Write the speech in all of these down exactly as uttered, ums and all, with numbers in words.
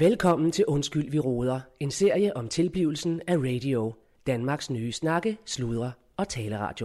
Velkommen til Undskyld, vi råder, en serie om tilblivelsen af radio, Danmarks nye snakke, sludre og taleradio.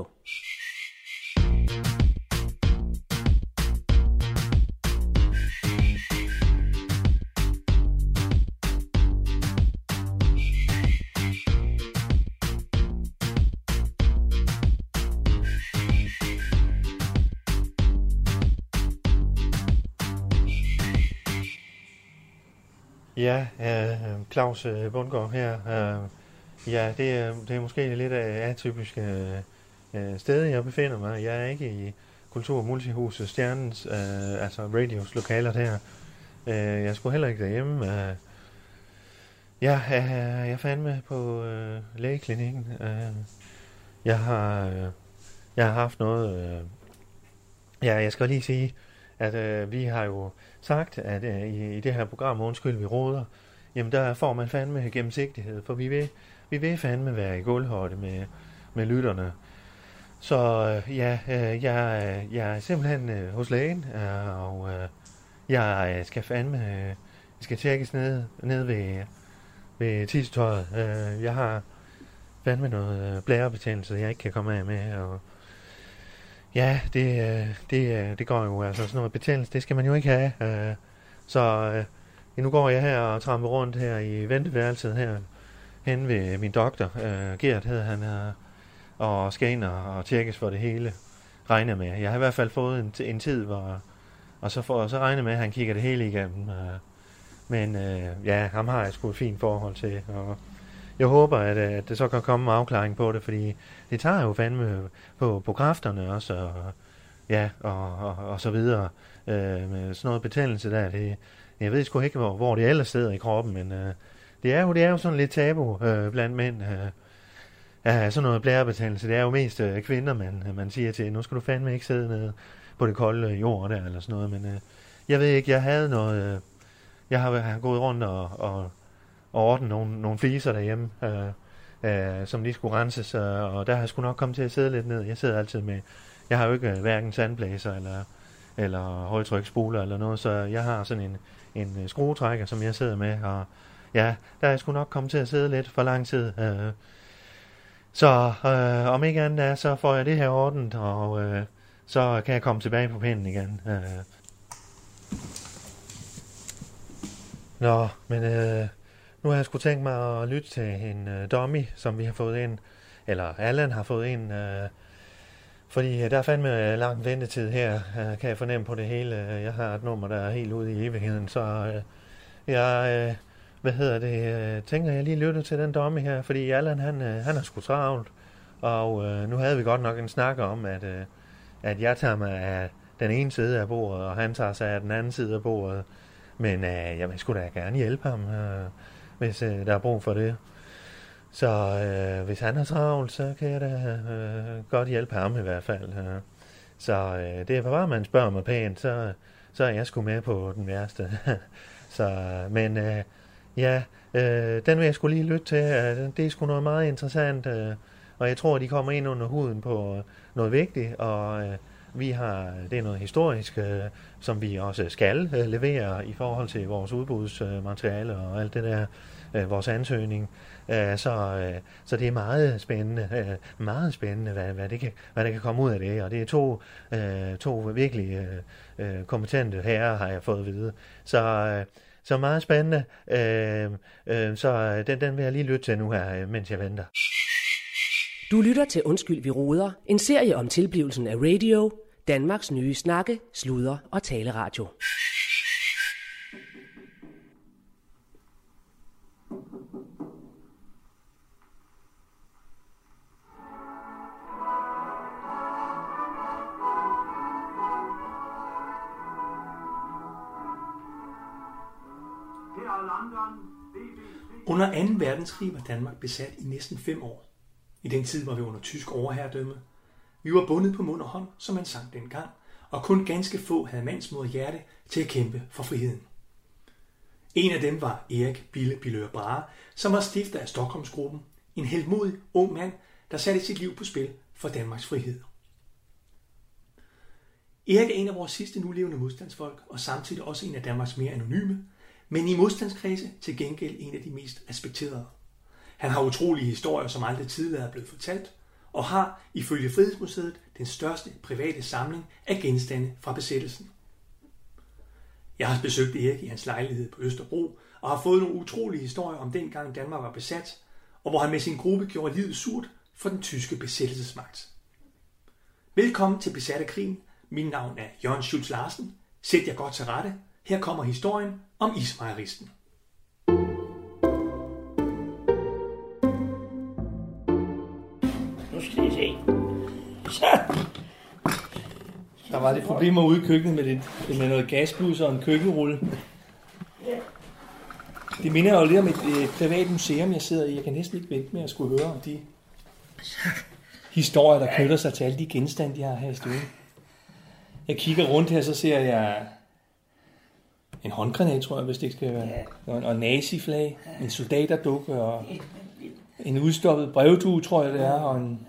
Ja, øh, Claus øh, Bundgaard her. Øh, ja, det er, det er måske lidt af atypisk øh, sted, jeg befinder mig. Jeg er ikke i Kultur- og Multihuset Stjernens, øh, altså radios lokaler der. Øh, jeg skulle heller ikke derhjemme. Øh, ja, øh, jeg er fandme på øh, lægeklinikken. Øh, jeg har øh, jeg har haft noget... Øh, ja, jeg skal lige sige, at øh, vi har jo sagt, at øh, i, i det her program, Undskyld, vi råder, jamen der får man fandme gennemsigtighed, for vi vil, vi vil fandme være i gulvhøjde med, med lytterne. Så øh, ja, øh, jeg, jeg er simpelthen øh, hos lægen, øh, og øh, jeg skal fandme øh, skal tjekkes ned, ned ved, ved tissetøjet. Øh, jeg har fandme noget blærebetændelse, jeg ikke kan komme af med, og ja, det, det, det går jo, altså sådan noget betændelse, det skal man jo ikke have. Så nu går jeg her og tramper rundt her i venteværelset her, hen ved min doktor, Gert hedder han her, og skal ind og tjekkes for det hele, regner med. Jeg har i hvert fald fået en, en tid, hvor, og så, for, så regner med, at han kigger det hele igennem. Men ja, ham har jeg sgu et fint forhold til, og jeg håber, at, at det så kan komme en afklaring på det, fordi det tager jo fandme på, på kræfterne også, og, ja, og, og, og så videre. Øh, med sådan noget betændelse der, det, jeg ved sgu ikke, hvor, hvor det ellers sidder i kroppen, men øh, det, er jo, det er jo sådan lidt tabu øh, blandt mænd. Øh, ja, sådan noget blærebetændelse, det er jo mest øh, kvinder, man, man siger til, nu skal du fandme ikke sidde nede på det kolde jord der, eller sådan noget, men øh, jeg ved ikke, jeg havde noget, øh, jeg har, har gået rundt og, og og ordne nogle, nogle fliser derhjemme, øh, øh, som lige skulle renses, øh, og der har jeg sgu nok kommet til at sidde lidt ned. Jeg sidder altid med, jeg har jo ikke øh, hverken sandblæser eller, eller højtryksspuler eller noget, så jeg har sådan en, en øh, skruetrækker, som jeg sidder med, og ja, der er jeg sgu nok kommet til at sidde lidt for lang tid. Øh. Så øh, om ikke andet er, så får jeg det her ordnet, og øh, så kan jeg komme tilbage på pinden igen. Øh. Nå, men... Øh, Nu har jeg sgu tænkt mig at lytte til en øh, dummy, som vi har fået ind, eller Allan har fået ind, øh, fordi der er fandme lang ventetid her, øh, kan jeg fornemme på det hele. Jeg har et nummer, der er helt ude i evigheden, så øh, jeg, øh, hvad hedder det, øh, tænker jeg lige lytte til den dummy her, fordi Allan, han, øh, han er sgu travlt, og øh, nu havde vi godt nok en snak om, at, øh, at jeg tager mig af den ene side af bordet, og han tager sig af den anden side af bordet, men øh, jeg vil sgu da gerne hjælpe ham, øh, hvis øh, der er brug for det. Så øh, hvis han er travlt, så kan jeg da øh, godt hjælpe ham i hvert fald. Øh. Så øh, det er bare, man spørger mig pænt, så, så er jeg sgu med på den værste. Så, men øh, ja, øh, den vil jeg sgu lige lytte til. Øh, det er sgu noget meget interessant, øh, og jeg tror, de kommer ind under huden på noget vigtigt, og øh, vi har, det er noget historisk, øh, som vi også skal øh, levere i forhold til vores udbudsmateriale øh, og alt det der, øh, vores ansøgning. Øh, så, øh, så det er meget spændende, øh, meget spændende, hvad, hvad, det kan, hvad der kan komme ud af det. Og det er to, øh, to virkelig øh, kompetente herrer, har jeg fået at vide. Så, øh, så meget spændende. Øh, øh, så den, den vil jeg lige lytte til nu her, mens jeg venter. Du lytter til Undskyld, vi råder, en serie om tilblivelsen af radio, Danmarks nye snakke, sludre og taleradio. Under anden verdenskrig var Danmark besat i næsten fem år. I den tid var vi under tysk overherredømme. Vi var bundet på mund og hånd, som man sang dengang, og kun ganske få havde mandsmod og hjerte til at kæmpe for friheden. En af dem var Erik Bille Billør Brahe, som var stifter af Stockholmsgruppen, en heltmodig ung mand, der satte sit liv på spil for Danmarks frihed. Erik er en af vores sidste nulevende modstandsfolk, og samtidig også en af Danmarks mere anonyme, men i modstandskredse til gengæld en af de mest respekterede. Han har utrolige historier, som aldrig tidligere er blevet fortalt, og har ifølge Frihedsmuseet den største private samling af genstande fra besættelsen. Jeg har besøgt Erik i hans lejlighed på Østerbro, og har fået nogle utrolige historier om dengang Danmark var besat, og hvor han med sin gruppe gjorde livet surt for den tyske besættelsesmagt. Velkommen til Besat af krigen. Mit navn er Jørgen Schultz Larsen. Sæt jer godt til rette. Her kommer historien om ismejeristen. Nu skal I se. Så. Der var lidt problemer ude i køkkenet med, lidt, med noget gasblus og en køkkenrulle. Det minder jo lidt om et øh, privat museum, jeg sidder i. Jeg kan næsten ikke vente med at skulle høre om de historier, der knytter sig til alle de genstande, de har her i stuen. Jeg kigger rundt her, så ser jeg en håndgranat, tror jeg, hvis det ikke skal være. Og, og naziflag, en soldaterdukke og en udstoppet brevdue, tror jeg det er, og en,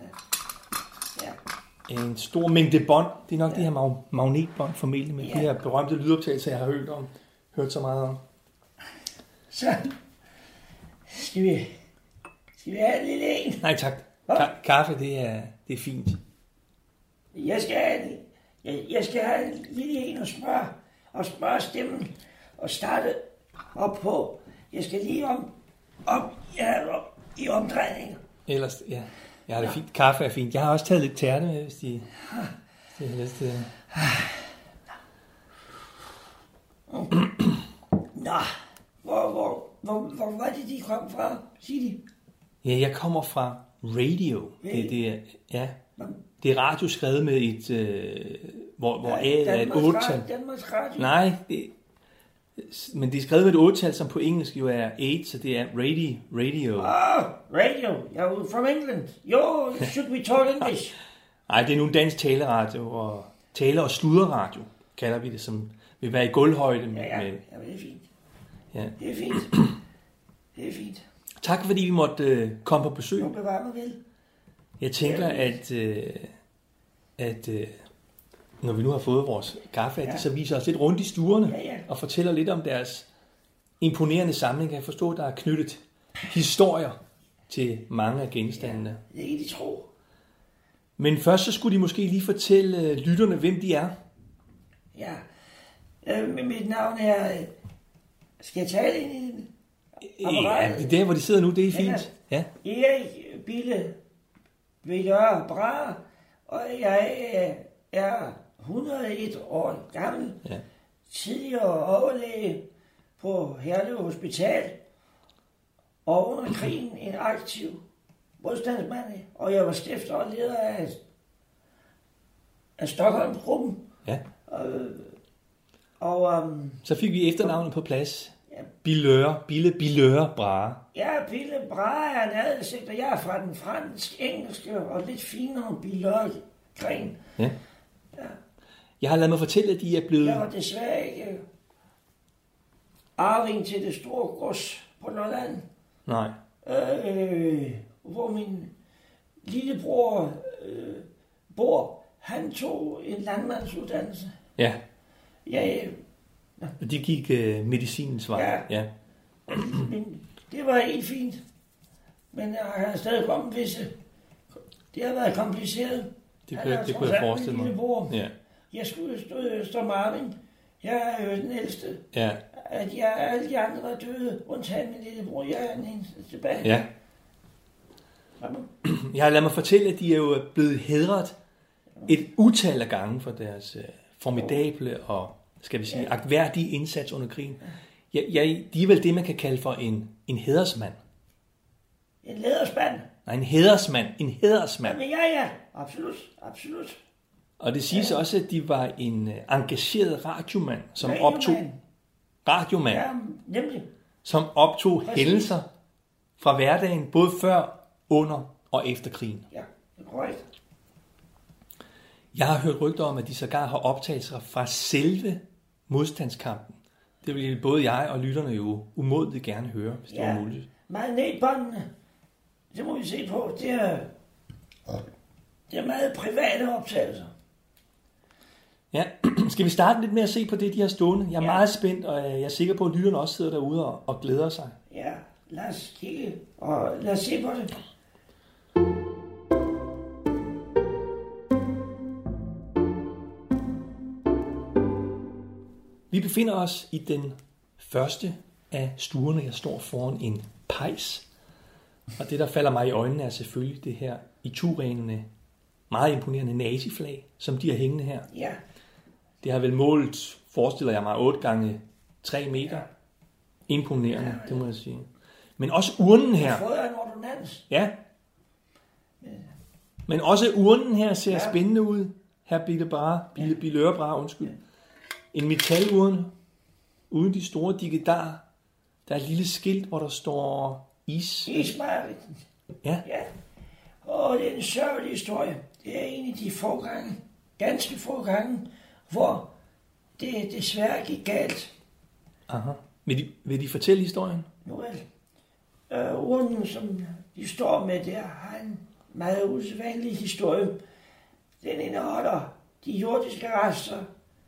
en stor mængde bånd. Det er nok de her mag- magnetbånd formentlig med de her berømte lydoptagelser, jeg har hørt om, hørt så meget om. Så skal vi, skal vi have en lille en? Nej tak. Ka- kaffe, det er, det er fint. Jeg skal have en, jeg, jeg skal have en lille en og smør, og smør stemmen, og starte op på. Jeg skal lige om, op, ja, op i omdrejninger. Ellers, ja. Jeg har det fint. Kaffe er fint. Jeg har også taget lidt tærte med, hvis de, hvis de har lyst til det. Nå, hvor, hvor, hvor, hvor var det, de kom fra? Sig de. Ja, jeg kommer fra radio. Det, det er, ja, det er radio skrevet med et, øh, hvor, hvor A er et otte-tal. Danmarks Radio. Nej, det, men det er skrevet med et otte-tal, som på engelsk jo er otte, så det er radio. Radio. Oh, radio. You're from England. Yo, should we talk English? Nej, det er nu en dansk taleradio, og tale- og sludderradio, kalder vi det, som vil være i gulvhøjde med. Ja, ja. med Ja, det er fint. ja. Det er fint. Det er fint. Tak fordi vi måtte øh, komme på besøg. Nu bevarer mig vel. Jeg tænker, at, øh, at øh, når vi nu har fået vores kaffe, at Ja. de så viser os lidt rundt i stuerne Ja, ja. og fortæller lidt om deres imponerende samling. Kan jeg forstå, at der er knyttet historier til mange af genstandene. Det kan de tro. Men først så skulle de måske lige fortælle øh, lytterne, hvem de er. Ja. Øh, men mit navn er... øh, Skal jeg tale ind i den? Ja, det er der, hvor de sidder nu, det er fint. Ja. Erik Bille Billør Bra, og jeg øh, er hundrede og et år gammel. Ja. Tidligere overlæge på Herlev Hospital, og under krigen en aktiv modstandsmand, og jeg var stifter og leder af, af Stockholm-gruppen. Ja. Og, og um, Så fik vi efternavnet på plads. Ja. Billøre, Bille Billøre Brahe. ja, Bille Bra er en adelsigt, og jeg er fra den fransk-engelske og lidt finere Billør-gren. Ja. Jeg har ladet mig fortælle, at de er blevet... Jeg var desværre ikke arving til det store gods på Lolland, Nej. øh, hvor min lillebror øh, bor. Han tog en landmandsuddannelse. Ja. Jeg, Og de gik øh, medicinens vej. Ja. Ja. men det var helt fint. Men jeg har stadig kommet visse. Det har været kompliceret. Det Han kunne, er jeg- det trods kunne jeg alt forestille min mig. lillebror. Ja. Jeg skulle stå som arving. Jeg er jo den ældste. Ja. At jeg, alle de andre er døde, undtagen min lillebror. Jeg er den eneste tilbage. Ja. Jeg har ladet mig fortælle, at de er jo blevet hædret et utal af gange for deres øh, formidable og, skal vi sige, agtværdige indsats under krigen. Ja, ja, de er vel det, man kan kalde for en, en hædersmand. En lederspand. Nej, en hædersmand. En hædersmand. Men ja, ja. Absolut. Absolut. Og det siges også, at de var en øh, engageret radiomand, som Radiomand. optog radiomand, Ja, nemlig. som optog Præcis. hændelser fra hverdagen, både før, under og efter krigen. Ja, det er korrekt. Jeg har hørt rygter om, at de sågar har optagelser fra selve modstandskampen. Det vil både jeg og lytterne jo umådeligt gerne høre, hvis det Ja. var muligt. Magnetbåndene, det må vi se på. Det er, det er meget private optagelser. Ja, Skal vi starte lidt med at se på det, de har stående? Jeg er Ja. meget spændt, og jeg er sikker på, at lytterne også sidder derude og, og glæder sig. Ja, lad os kigge, og lad os se på det. Vi befinder os i den første af stuerne. Jeg står foran en pejs. Og det, der falder mig i øjnene, er selvfølgelig det her iturene, meget imponerende naziflag, som de har hængende her. Ja, Det har vel målt, forestiller jeg mig, otte gange tre meter. Imponerende, det må jeg sige. Men også urnen her. jeg får en ordonnans. Ja. Men også urnen her ser Ja. spændende ud. Her Bille Bare, Bille, Bille Ørebra, undskyld. En metalurne, uden de store digedar. Der er et lille skilt, hvor der står is. Ismariten. Ja, Ja, og det er en sørgelig historie. Det er en af de få gange, ganske få gange, hvor det desværre gik galt. aha. Vil de, vil de fortælle historien? Nu vel, øh, urnen, som de står med der, har en meget usædvanlig historie. Den indeholder de jordiske rester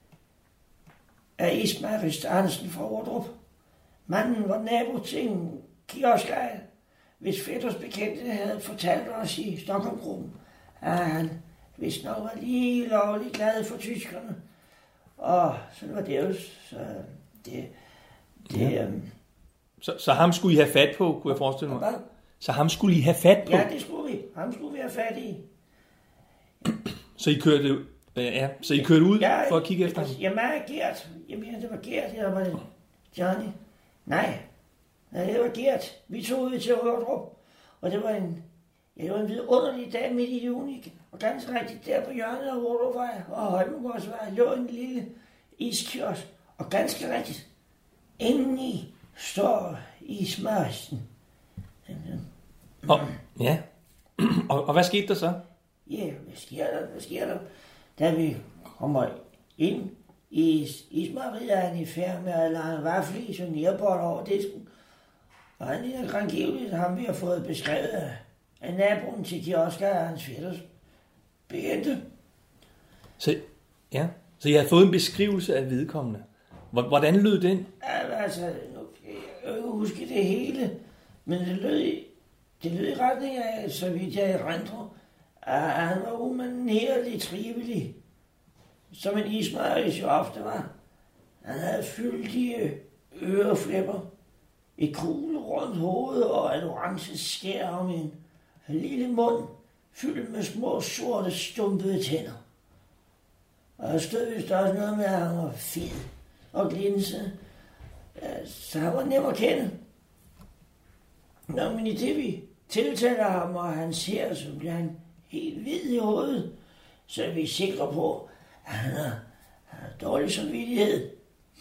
af Ismail Rist Andersen fra Ordrup. Manden var nabo til en kioskejer, hvis fætters bekendte havde fortalt os i Stockholm-gruppen, at han vist nok var lige lovligt glad for tyskerne. Og sådan var det jo. Så det, det, Ja. øhm, Så, så ham skulle I have fat på, kunne jeg forestille mig. hvad? Så ham skulle I have fat på. Ja, det skulle vi. Ham skulle vi have fat i. Så I kørte, øh, ja, så I kørte ud Ja, for at kigge efter ham? Jamen, jeg er Gert. Jeg mener, det var Gert, eller var det Johnny? Nej. Nej, det var Gert. Vi tog ud til Ørdrup, og det var en, ja, det var en vidunderlig dag midt i juni. Og ganske rigtigt, der på hjørnet af Ordrupvej og Holmegårdsvej lå en lille iskiosk. Og ganske rigtigt, indeni står ismarsten. Og, ja. og, og hvad skete der så? Ja, hvad sker der? Hvad sker der? Da vi kommer ind i ismariet, er han i færd med at lade en vaffelis og nærbold over disken. Og han ligner grangivligt, ham vi har fået beskrevet af, af naboen til kioskejer og hans fætters bekendte. Så, ja. så jeg har fået en beskrivelse af vedkommende. Hvor- Hvordan lød den? Altså, nu kan jeg jo ikke huske det hele, men det lød, i- det lød i retning af, så vidt jeg erindrer, at han var umanerligt trivelig, som en ismaris jo ofte var. Han havde fyldige øreflipper, et kuglerundt hoved og et orange skær om en lille mund, fyldt med små sorte stumpede tænder. Og der stod vist også noget med, at han var fed og glinsede. Ja, så han var nem at kende. Nå, men i det vi tiltaler ham, og han ser, så bliver han helt hvid i hovedet, så er vi sikre på, at han har, han har dårlig samvittighed.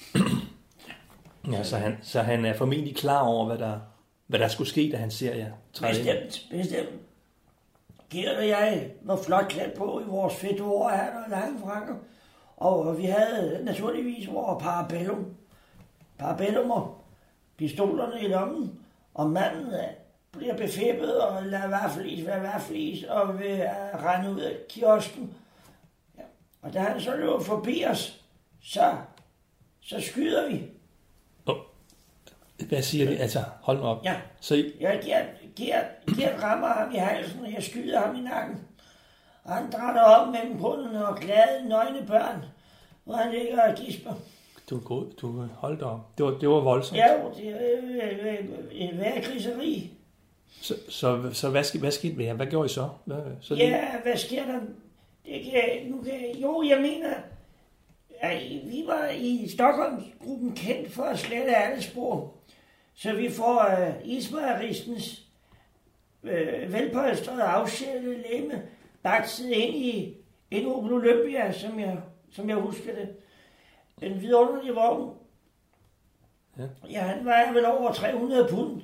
Ja, så han, så han er formentlig klar over, hvad der, hvad der skulle ske, da han ser jer træde ind. Bestemt, bestemt. Gert og jeg var flot klædt på i vores fedora og lange frakker, og vi havde naturligvis vores parabellum. Parabellummer, pistolerne i lommen, og manden øh, bliver befæppet og lader vaffelis være vaffelis og vil øh, rende ud af kiosken. Ja. Og da han så løber forbi os, så, så skyder vi. Oh. Hvad siger det? Altså, hold nu op. Ja. Så I, Jeg Gert, Gert, Gert rammer ham i halsen, og jeg skyder ham i nakken. Og han drætter op mellem brundene og glade, nøgne børn, hvor han ligger og gisper. du, god, du holdt op. Det var, det var voldsomt. Ja, det er en værre griseri. Så, så, så hvad, skete, hvad skete med jer? Hvad gjorde I så? Hvad, så Ja, hvad sker der? Det kan, nu kan, jo, jeg mener, at vi var i Stockholm-gruppen kendt for at slette alle spor. Så vi får uh, Ismail-ristens uh, velpolstrede afsjælede lemme bakset ind i en Opel Olympia, som jeg, som jeg husker det. En vidunderlig vogn. Ja. Ja, han vejer vel over tre hundrede pund.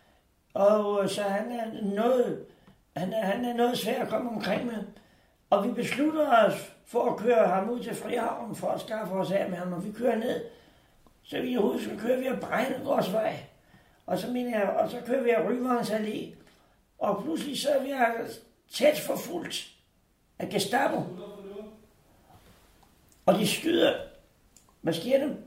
Og så han er noget, han er, han er noget svær at komme omkring med. Og vi beslutter os for at køre ham ud til Frihavn for at skaffe os af med ham, og vi kører ned. Så vi husker, så kører vi af Brejnegårdsvej. Og så, mener jeg, og så kører vi af Ryvarens Allé. Og pludselig så er vi tæt forfulgt af Gestapo. Og de skyder. Hvad sker der?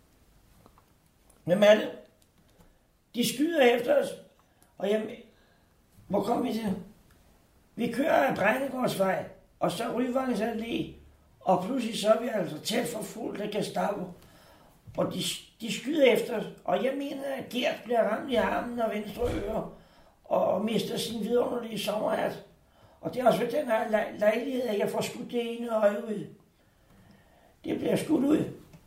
Hvem er det? De skyder efter os. Og jamen, hvor kom vi til? Vi kører af Brænegårdsvej, og så Ryvangens Allé, og pludselig så er vi altså tæt for fuldt af Gestapo. Og de, de skyder efter os, og jeg mener, at Gert bliver ramt i armen og venstre øre, og mister sin vidunderlige sommerhat. Og det er også ved den her lej- lejlighed, at jeg får skudt det ene øje ud. Det bliver skudt ud.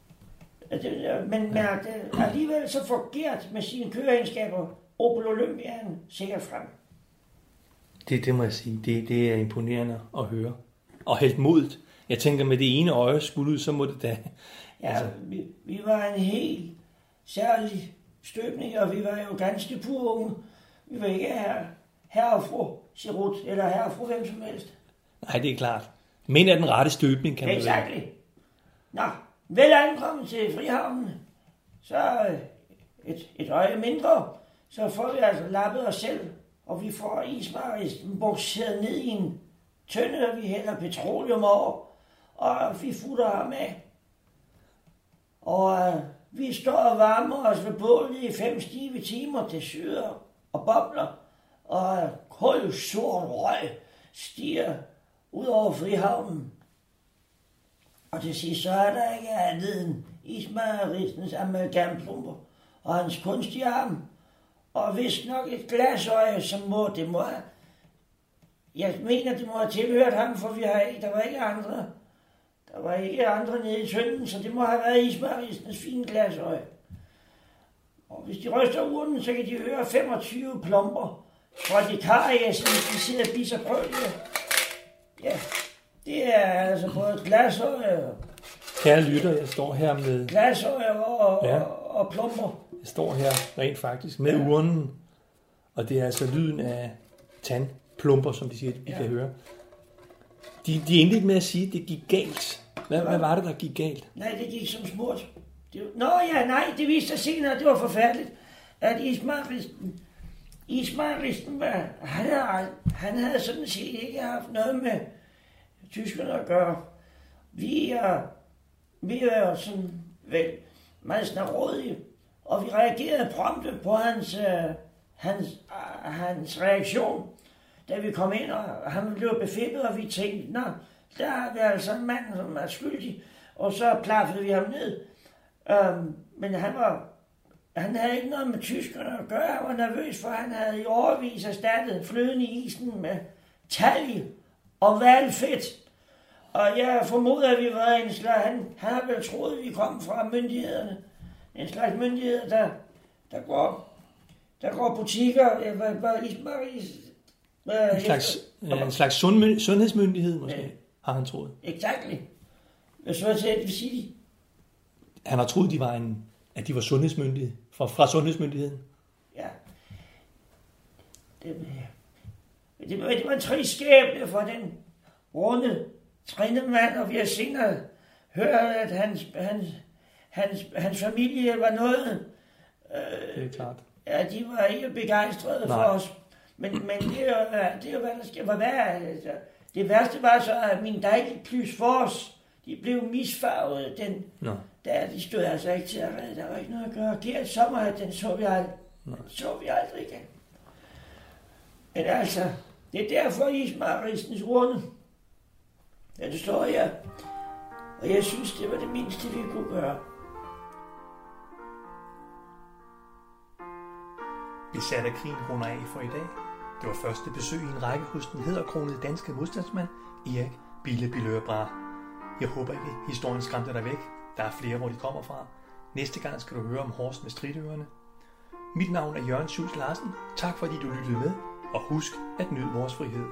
Men mærke, alligevel så får Gert med sine køreegenskaber Opel Olympiaen sikkert frem. Det, det må jeg sige. Det, det er imponerende at høre. Og helt modigt. Jeg tænker, med det ene øje skulle ud, så må det da... Ja, altså. vi, vi var en helt særlig støbning, og vi var jo ganske pure unge. Vi var ikke her, her og fru Sirut, eller her og fru hvem som helst. Nej, det er klart. Men er den rette støbning, kan man vel. Exakt. Nå, vel ankommet til Frihavnen, så et, et øje mindre, så får vi altså lappet os selv, og vi får ismaristen bukseret ned i en tønde, og vi hælder petroleum over, og vi futter ham af. Og øh, vi står og varmer os ved bålet i fem stive timer til syder og bobler, og øh, kold sort røg stiger ud over Frihavnen. Og til sidst så er der ikke andet end ismaristens amalgamplumper og hans kunstige arm, og vist nok et glasøje, som må, det må have, jeg mener, det må have tilhørt ham, for vi har, der var ikke andre. Der var ikke andre nede i tønden, så det må have været ismaristens fine glasøje. Og hvis de ryster urnen, så kan de høre femogtyve plomber fra de karias, de sidder og biser prøvlige. Ja, det er altså både glasøje og... Kære lytter, jeg står her med... Glasøje og, ja. og, og plomber. Jeg står her rent faktisk med ja. urnen, og det er altså lyden af tandplumper, som de siger, vi ja. kan høre. De, de indledte med at sige, at det gik galt. Hvad, hvad var det, der gik galt? Nej, det gik som smurt. Det, nå ja, nej, det viste sig senere, det var forfærdeligt, at ismaristen, ismaristen var, han havde, han havde sådan set ikke haft noget med tyskerne at gøre. Vi er, vi er sådan vel meget snarådige, og vi reagerede prompte på hans, uh, hans, uh, hans reaktion, da vi kom ind, og han blev befippet, og vi tænkte, nå, der er vi altså en mand, som er skyldig, og så plaffede vi ham ned. Um, men han var, han havde ikke noget med tyskerne at gøre, han var nervøs, for han havde i årevis erstattet fløden i isen med talje og valfedt. Og jeg formoder, at vi var en slags, han, han har vel troet, at vi kom fra myndighederne. En slags myndigheder, der, der, går, der går butikker, øh, var Ismaris, øh, en slags, øh, en slags sund, sundhedsmyndighed, måske, øh, har han troet. Exakt. Hvad så jeg sagde, det vil sige de? Han har troet, de var en, at de var sundhedsmyndighed, fra, fra sundhedsmyndigheden. Ja. Det, det, det, var, det var en trist skæbne for den runde trænemand, og vi har senere hørt, at hans, hans, hans, hans familie var noget... Øh, det er klart. Ja, de var ikke begejstrede for os. Men, men det er jo, det er jo hvad der skal være. Altså, det værste var så, at min dejlige plus for os, de blev misfarvet. Den, no. der, de stod altså ikke til at redde. Der var ikke noget at gøre. Gert Sommerhat, den så vi aldrig, no. så vi aldrig igen. Men altså, det er derfor ismaristens runde. Ja, det står her. Og jeg synes, det var det mindste, vi kunne gøre. Besat af krigen runder af for i dag. Det var første besøg i en række hos den hæderkronede danske modstandsmand, Erik Bille Billør Brahe. Jeg håber ikke, historien skræmte dig væk. Der er flere, hvor de kommer fra. Næste gang skal du høre om Horst med stridøerne. Mit navn er Jørgen Schultz Larsen. Tak fordi du lyttede med, og husk at nyde vores frihed.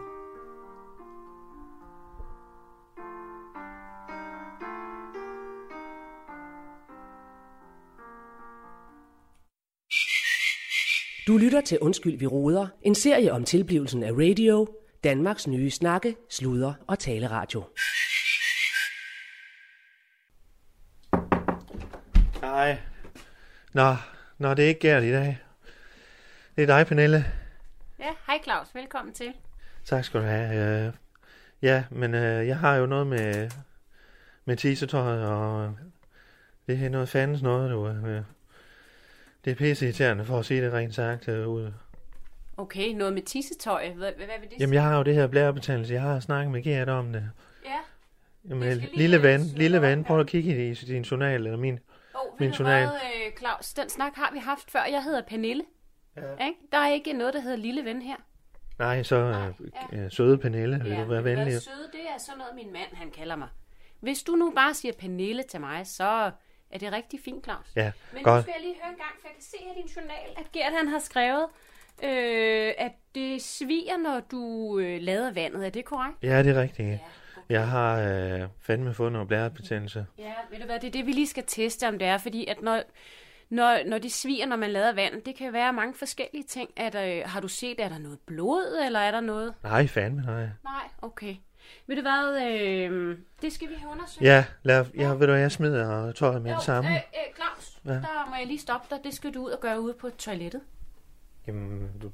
Du lytter til Undskyld, vi roder, en serie om tilblivelsen af radio, Danmarks nye snakke, sludre og taleradio. Nej, nå, nå, det er ikke Gert i dag. Det er dig, Pernille. Ja, hej Claus, velkommen til. Tak skal du have. Ja, men jeg har jo noget med, med tissetøjet, og øh, det er noget fandens noget, du. Øh, det er pisse irriterende, for at sige det rent sagt øh, ud. Okay, noget med tissetøj. Hvad, hvad vil det Jamen, jeg har jo det her blærebetændelse. Jeg har snakket med Gert om det. Ja. Jamen, lille ven, lille ven, prøv at kigge i din journal, eller min, oh, min journal. Hvad, øh, Claus, den snak har vi haft før. Jeg hedder Pernille. Ja. Ikke? Der er ikke noget, der hedder lille ven her. Nej, så øh, ja. søde Pernille, vil ja, du være venlig? Ja, søde, det er sådan noget, min mand, han kalder mig. Hvis du nu bare siger Pernille til mig, så er det rigtig fint, Claus. Ja, men godt. nu skal jeg lige høre en gang, for jeg kan se her i din journal, at Gert, han har skrevet, øh, at det sviger, når du øh, lader vandet. Er det korrekt? Ja, det er rigtigt. Ja. Jeg har øh, fandme fået noget blærebetændelse. Ja, ved du hvad, det er det, vi lige skal teste, om det er, fordi at når, når, når det sviger, når man lader vand, det kan være mange forskellige ting. Er der, har du set, er der noget blod, eller er der noget? Nej, fandme nej. Nej, okay. Ved du hvad, øh, det skal vi have undersøgt. Ja, lad, ja, ved du hvad, jeg smider tøjet med jo, det samme. Øh, øh, Claus, ja. Der må jeg lige stoppe dig. Det skal du ud og gøre ude på toilettet. Jamen, du,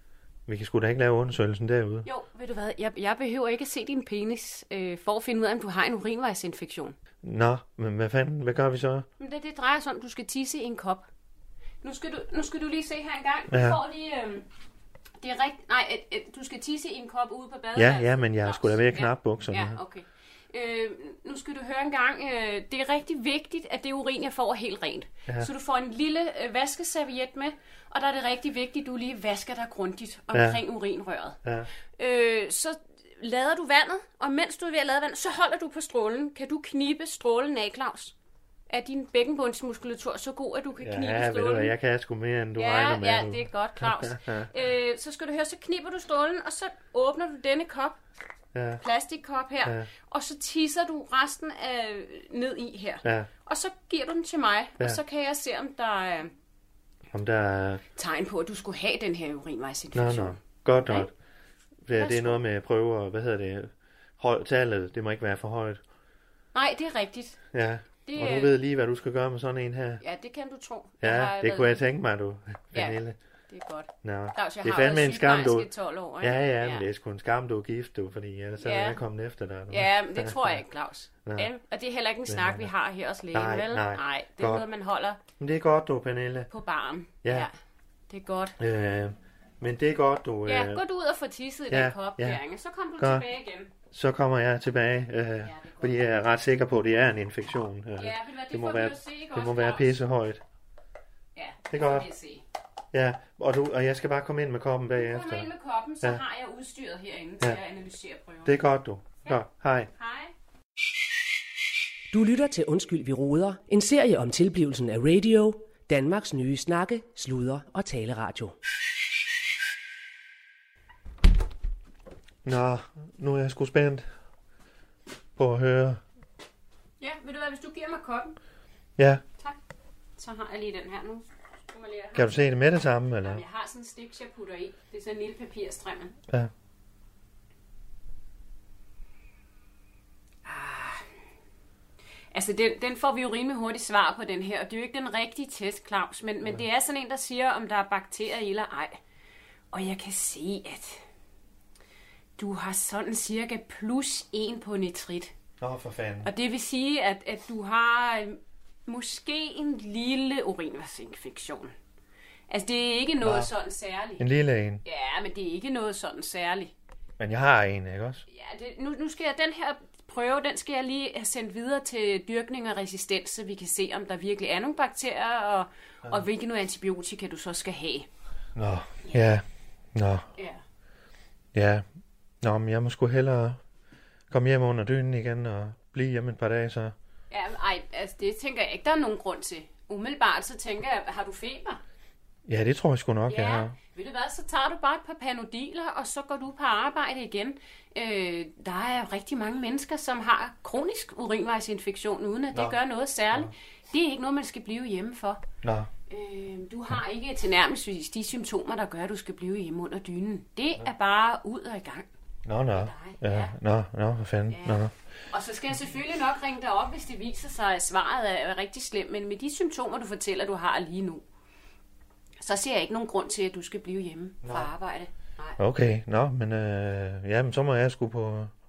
vi kan sgu da ikke lave undersøgelsen derude. Jo, ved du hvad, jeg, jeg behøver ikke at se din penis, øh, for at finde ud af, om du har en urinvejsinfektion. Nå, men hvad fanden, hvad gør vi så? Men det, det drejer sig om, at du skal tisse i en kop. Nu skal du, nu skal du lige se her en gang. Du ja. får lige... Øh, det er rigtigt... Nej, et, et, du skal tisse i en kop ude på badet. Ja, ja, men jeg skulle da ved at knappe bukserne. Ja, okay. Øh, nu skal du høre en gang. Øh, det er rigtig vigtigt, at det urin, jeg får, er helt rent. Ja. Så du får en lille øh, vaskeserviet med, og der er det rigtig vigtigt, at du lige vasker dig grundigt omkring ja. urinrøret. Ja. Øh, så lader du vandet, og mens du er ved at lade vandet, så holder du på strålen. Kan du knibe strålen af, Claus? Er din bækkenbundsmuskulatur så god, at du kan ja, knibe strålen? Ja, ved du hvad, jeg kan sgu mere, end du ja, regner med. Ja, det er godt, Claus. øh, så skal du høre, så kniber du strålen, og så åbner du denne kop, ja. plastikkop her, ja. og så tisser du resten af ned i her. Ja. Og så giver du den til mig, ja. og så kan jeg se, om der er om der er tegn på, at du skulle have den her urinvejsinfektion. Nå, nå. Godt nok. Det, det er noget med at prøve, og hvad hedder det, høj, tallet, det må ikke være for højt. Nej, det er rigtigt. Ja. Det, og du ved lige, hvad du skal gøre med sådan en her. Ja, det kan du tro. Ja, det været... kunne jeg tænke mig, du, Pernille. Ja, det er godt. Nå. Claus, jeg det er har fandme en skam, du. tolv år, ikke? Ja, ja, men ja. det er sgu en skam, du er gift, du, fordi ellers ja. er jeg kommet efter dig. Du. Ja, men det tror jeg ikke, Claus. Ja, og det er heller ikke en snak, nej, vi har her hos lægen, nej, vel? Nej, nej, det er godt. Noget, man holder men det er godt, du, Pernille. På barn. Ja. ja. Det er godt. Øh, men det er godt, du. Ja, øh... gå du ud og få tisset i ja, den kop, ja. Så kommer du godt. Tilbage igen. Så kommer jeg tilbage, øh, ja, fordi jeg er ret sikker på, at det er en infektion. Ja, det, det må være, se, det må være pissehøjt. Ja, det er godt. Ja, og, du, og jeg skal bare komme ind med koppen bagefter. Kom ind med koppen, så ja. har jeg udstyret herinde til ja. at analysere prøven. Det er godt, du. Ja. Godt, hej. Hej. Du lytter til Undskyld, vi roder, en serie om tilblivelsen af radio, Danmarks nye snakke, sludre og taleradio. Nå, nu er jeg sgu spændt på at høre. Ja, ved du hvad, hvis du giver mig koppen. Ja. Tak. Så har jeg lige den her nu. Kan du se det med det samme, eller? Jamen, jeg har sådan en stiks, jeg putter i. Det er sådan en lille papirstrimmen. Ja. Ah. Altså, den, den får vi jo rimelig hurtigt svar på, den her. Og det er jo ikke den rigtige test, Claus. Men, men det er sådan en, der siger, om der er bakterier i eller ej. Og jeg kan se, at du har sådan cirka plus en på nitrit. Nå, for fanden. Og det vil sige, at, at du har måske en lille urinvejsinfektion. Altså, det er ikke noget Nå. sådan særligt. En lille en? Ja, men det er ikke noget sådan særligt. Men jeg har en, ikke også? Ja, det, nu, nu skal jeg, den her prøve, den skal jeg lige have sendt videre til dyrkning og resistens, så vi kan se, om der virkelig er nogle bakterier, og, ja. og hvilke noget antibiotika du så skal have. Nå, ja. Nå. Ja. Ja. Nå, men jeg må sgu hellere komme hjem under dynen igen og blive hjemme et par dage, så. Ja, ej, altså det tænker jeg ikke, der er nogen grund til. Umiddelbart så tænker jeg, har du feber? Ja, det tror jeg sgu nok, ja. jeg har. Ved du hvad, så tager du bare et par Panodiler, og så går du på arbejde igen. Øh, der er rigtig mange mennesker, som har kronisk urinvejsinfektion, uden at Nå. det gør noget særligt. Nå. Det er ikke noget, man skal blive hjemme for. Nå. Øh, du har ikke tilnærmelsesvis de symptomer, der gør, at du skal blive hjemme under dynen. Det er bare ud og i gang. Nå, nå. Ja, nå, nå, hvad fanden. Ja. Nå. Og så skal jeg selvfølgelig nok ringe dig op, hvis det viser sig, at svaret er rigtig slemt. Men med de symptomer, du fortæller, du har lige nu, så ser jeg ikke nogen grund til, at du skal blive hjemme fra arbejde. Nej. Okay, nå, men øh, jamen, så må jeg sgu på, ja.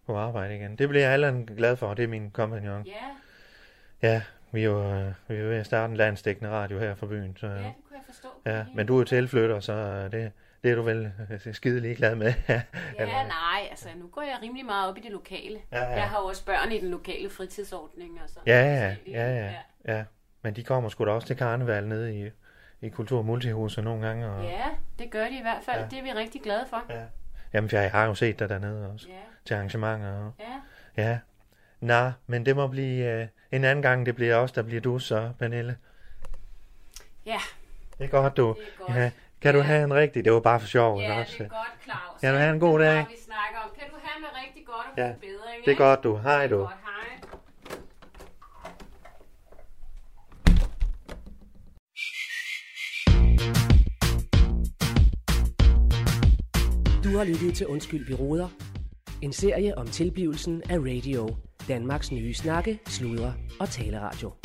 på arbejde igen. Det bliver Allan glad for, det er min kompagnon. Ja. Ja, vi er jo vi er ved at starte en landsdækkende radio her fra byen. Så, Ja, det kunne jeg forstå. ja, men du er jo tilflytter, så det, det er du vel skide ligeglad med. Ja, nej, altså nu går jeg rimelig meget op i det lokale. Ja, ja. Jeg har jo også børn i den lokale fritidsordning og sådan. Ja, ja, ja, ja, ja. Men de kommer sgu da også til karneval nede i, i Kultur- og Multihuset nogle gange. Og... Ja, det gør de i hvert fald. Ja. Det er vi rigtig glade for. Ja. Jamen, jeg har jo set dig dernede også. Ja. Til arrangementer. Og... Ja. Ja. Nå, men det må blive uh, en anden gang, det bliver også, der bliver du så, Pernille. Ja. Det er godt, du. Det er godt. Ja. Kan du Ja. have en rigtig, det var bare for sjov. Ja, også? det er godt, Claus. Kan du have en god Det er dag? bare, vi snakker om. Kan du have med rigtig godt og Ja. god bedring? Det er godt, du. Hej, du. Godt, hej. Du har lyttet til Undskyld, vi roder. En serie om tilblivelsen af radio. Danmarks nye snakke, sludre og taleradio.